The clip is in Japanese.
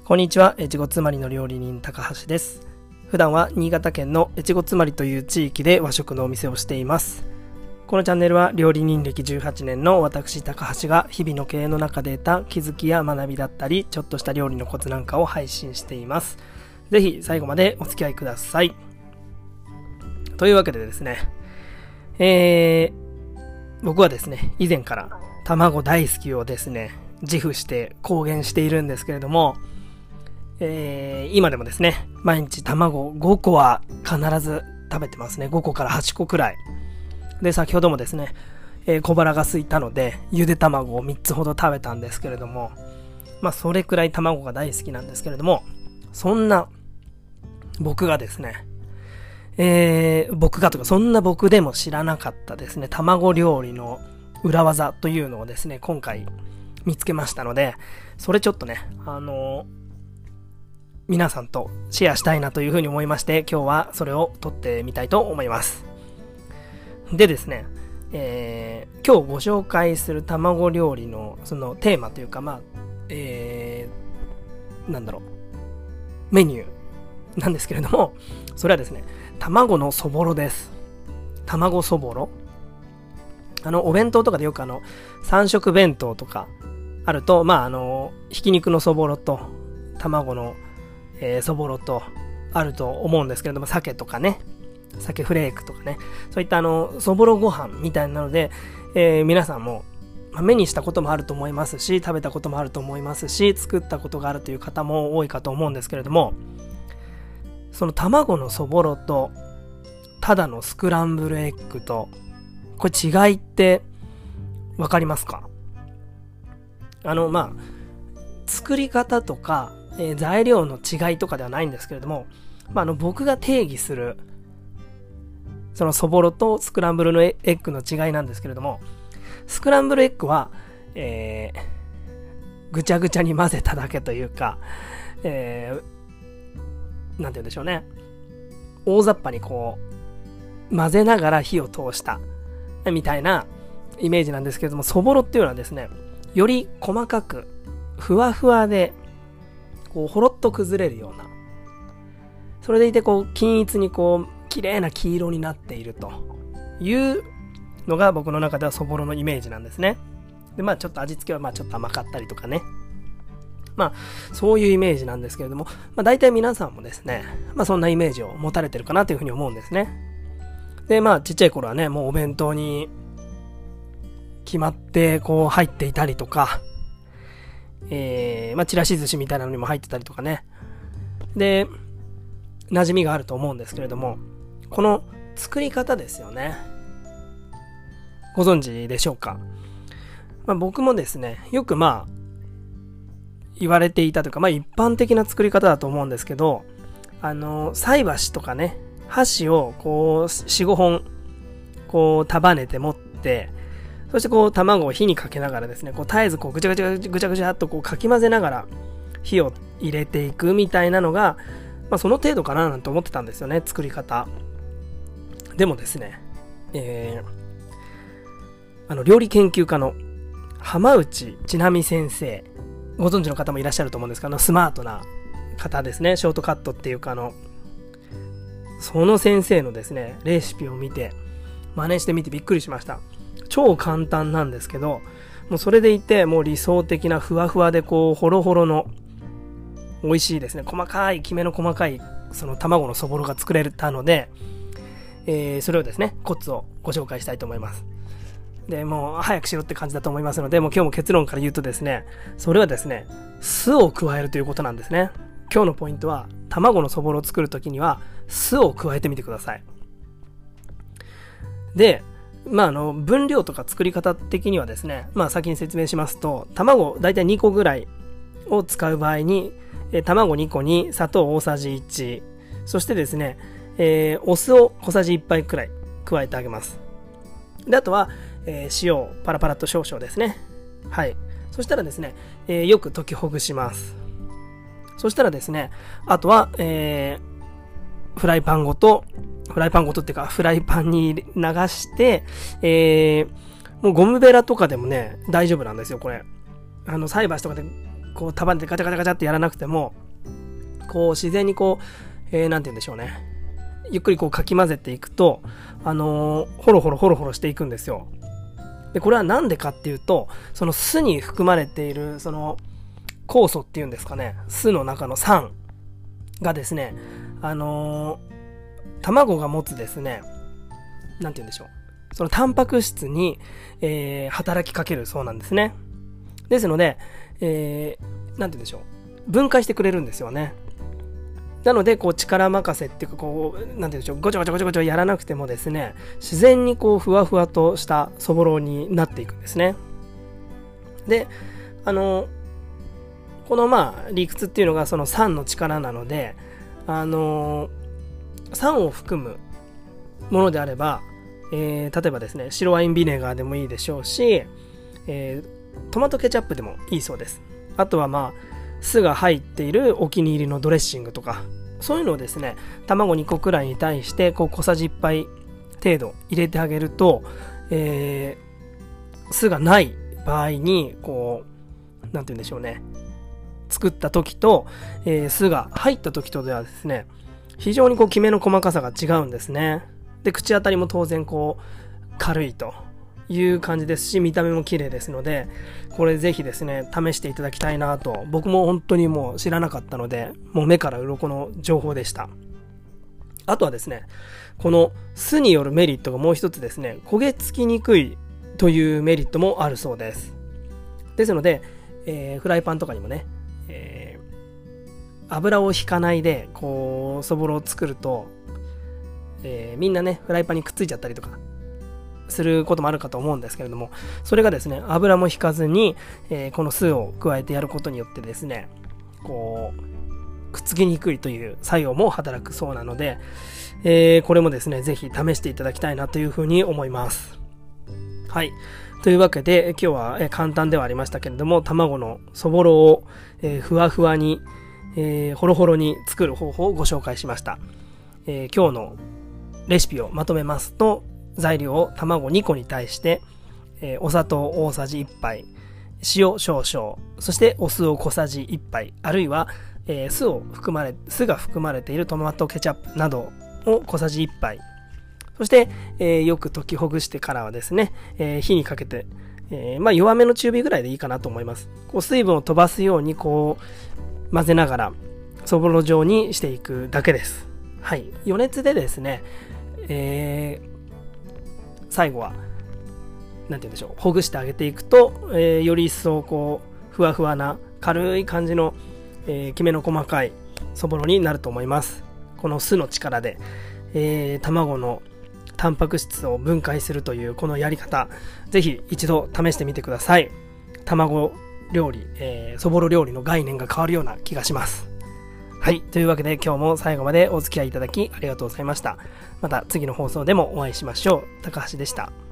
こんにちは、越後妻有の料理人高橋です。普段は新潟県の越後妻有という地域で和食のお店をしています。このチャンネルは料理人歴18年の私高橋が日々の経営の中で得た気づきや学びだったり、ちょっとした料理のコツなんかを配信しています。ぜひ最後までお付き合いください。というわけでですね、僕はですね、以前から卵大好きをですね、自負して公言しているんですけれども、今でもですね、毎日卵5個は必ず食べてますね。5個から8個くらい。で、先ほどもですね、小腹が空いたので、ゆで卵を3つほど食べたんですけれども、それくらい卵が大好きなんですけれども、そんな僕がですね、そんな僕でも知らなかったですね、卵料理の裏技というのをですね、今回見つけましたので、それちょっとね、皆さんとシェアしたいなというふうに思いまして、今日はそれを撮ってみたいと思います。でですね、今日ご紹介する卵料理のそのテーマというか、メニューなんですけれども、それはですね、卵のそぼろです。卵そぼろ。お弁当とかでよく3色弁当とかあると、ひき肉のそぼろと卵のそぼろとあると思うんですけれども、鮭とかね、鮭フレークとかね、そういったそぼろご飯みたいなので、皆さんも目にしたこともあると思いますし、食べたこともあると思いますし、作ったことがあるという方も多いかと思うんですけれども、その卵のそぼろとただのスクランブルエッグと、これ違いってわかりますか？作り方とか材料の違いとかではないんですけれども、僕が定義するそのそぼろとスクランブルのエッグの違いなんですけれども、スクランブルエッグは、ぐちゃぐちゃに混ぜただけというか、なんて言うんでしょうね、大雑把にこう混ぜながら火を通したみたいなイメージなんですけれども、そぼろっていうのはですね、より細かくふわふわでこうほろっと崩れるような、それでいてこう均一にこう綺麗な黄色になっているというのが僕の中ではそぼろのイメージなんですね。でちょっと味付けはちょっと甘かったりとかね、そういうイメージなんですけれども、大体皆さんもですね、そんなイメージを持たれてるかなというふうに思うんですね。でちっちゃい頃はね、もうお弁当に決まってこう入っていたりとか、ちらし寿司みたいなのにも入ってたりとかね、で馴染みがあると思うんですけれども、この作り方ですよね。ご存知でしょうか？僕もですね、よく言われていたというか、一般的な作り方だと思うんですけど、菜箸とかね、箸をこう 4,5 本こう束ねて持って、そしてこう卵を火にかけながらですね、こう絶えずこうぐちゃぐちゃっとこうかき混ぜながら火を入れていくみたいなのが、その程度かななんて思ってたんですよね、作り方。でもですね、料理研究家の浜内千波先生、ご存知の方もいらっしゃると思うんですが、スマートな方ですね、ショートカットっていうかその先生のですねレシピを見て真似してみてびっくりしました。超簡単なんですけど、もうそれでいてもう理想的なふわふわでこうホロホロの美味しいですね、きめの細かいその卵のそぼろが作れたので、それをですねコツをご紹介したいと思います。でもう早くしろって感じだと思いますので、もう今日も結論から言うとですね、それはですね酢を加えるということなんですね。今日のポイントは、卵のそぼろを作るときには酢を加えてみてください。で分量とか作り方的にはですね、先に説明しますと、卵だいたい2個ぐらいを使う場合に、卵2個に砂糖大さじ1、そしてですね、お酢を小さじ1杯くらい加えてあげます。であとは、塩をパラパラと少々ですね。はい。そしたらですね、よく溶きほぐします。そしたらですね、あとは、フライパンごとっていうか、フライパンに流して、もうゴムベラとかでもね、大丈夫なんですよ、これ。菜箸とかでこう束ねてガチャガチャガチャってやらなくても、こう自然にこう、なんて言うんでしょうね。ゆっくりこうかき混ぜていくと、ホロホロしていくんですよ。で、これはなんでかっていうと、その酢に含まれている、その酵素っていうんですかね、酢の中の酸がですね、卵が持つですね、なんて言うんでしょう。そのタンパク質に、働きかけるそうなんですね。ですので、なんて言うんでしょう。分解してくれるんですよね。なので、こう力任せっていうか、こう、なんて言うんでしょう。ごちょごちょやらなくてもですね、自然にこう、ふわふわとしたそぼろになっていくんですね。で、この理屈っていうのがその酸の力なので、酸を含むものであれば、例えばですね、白ワインビネガーでもいいでしょうし、トマトケチャップでもいいそうです。あとは酢が入っているお気に入りのドレッシングとか、そういうのをですね、卵2個くらいに対してこう小さじ1杯程度入れてあげると、酢がない場合にこう、なんて言うんでしょうね、作った時と、酢が入った時とではですね、非常にこうきめの細かさが違うんですね。で、口当たりも当然こう軽いという感じですし、見た目も綺麗ですので、これぜひですね、試していただきたいなと。僕も本当にもう知らなかったので、もう目から鱗の情報でした。あとはですね、この酢によるメリットがもう一つですね、焦げ付きにくいというメリットもあるそうです。ですので、フライパンとかにもね、油を引かないでこうそぼろを作ると、みんなねフライパンにくっついちゃったりとかすることもあるかと思うんですけれども、それがですね、油も引かずに、この酢を加えてやることによってですね、こうくっつきにくいという作用も働くそうなので、これもですね、ぜひ試していただきたいなというふうに思います。はい。というわけで、今日は簡単ではありましたけれども、卵のそぼろをふわふわにホロホロに作る方法をご紹介しました。今日のレシピをまとめますと、材料を卵2個に対して、お砂糖大さじ1杯、塩少々、そしてお酢を小さじ1杯、あるいは、酢が含まれているトマトケチャップなどを小さじ1杯、そして、よく溶きほぐしてからはですね、火にかけて、弱めの中火ぐらいでいいかなと思います。こう水分を飛ばすようにこう混ぜながらそぼろ状にしていくだけです。はい。余熱でですね、最後はなんて言うんでしょう、ほぐしてあげていくと、より一層こうふわふわな軽い感じの、きめの細かいそぼろになると思います。この酢の力で、卵のタンパク質を分解するというこのやり方、ぜひ一度試してみてください。卵料理、そぼろ料理の概念が変わるような気がします。はい。というわけで今日も最後までお付き合いいただきありがとうございました。また次の放送でもお会いしましょう。高橋でした。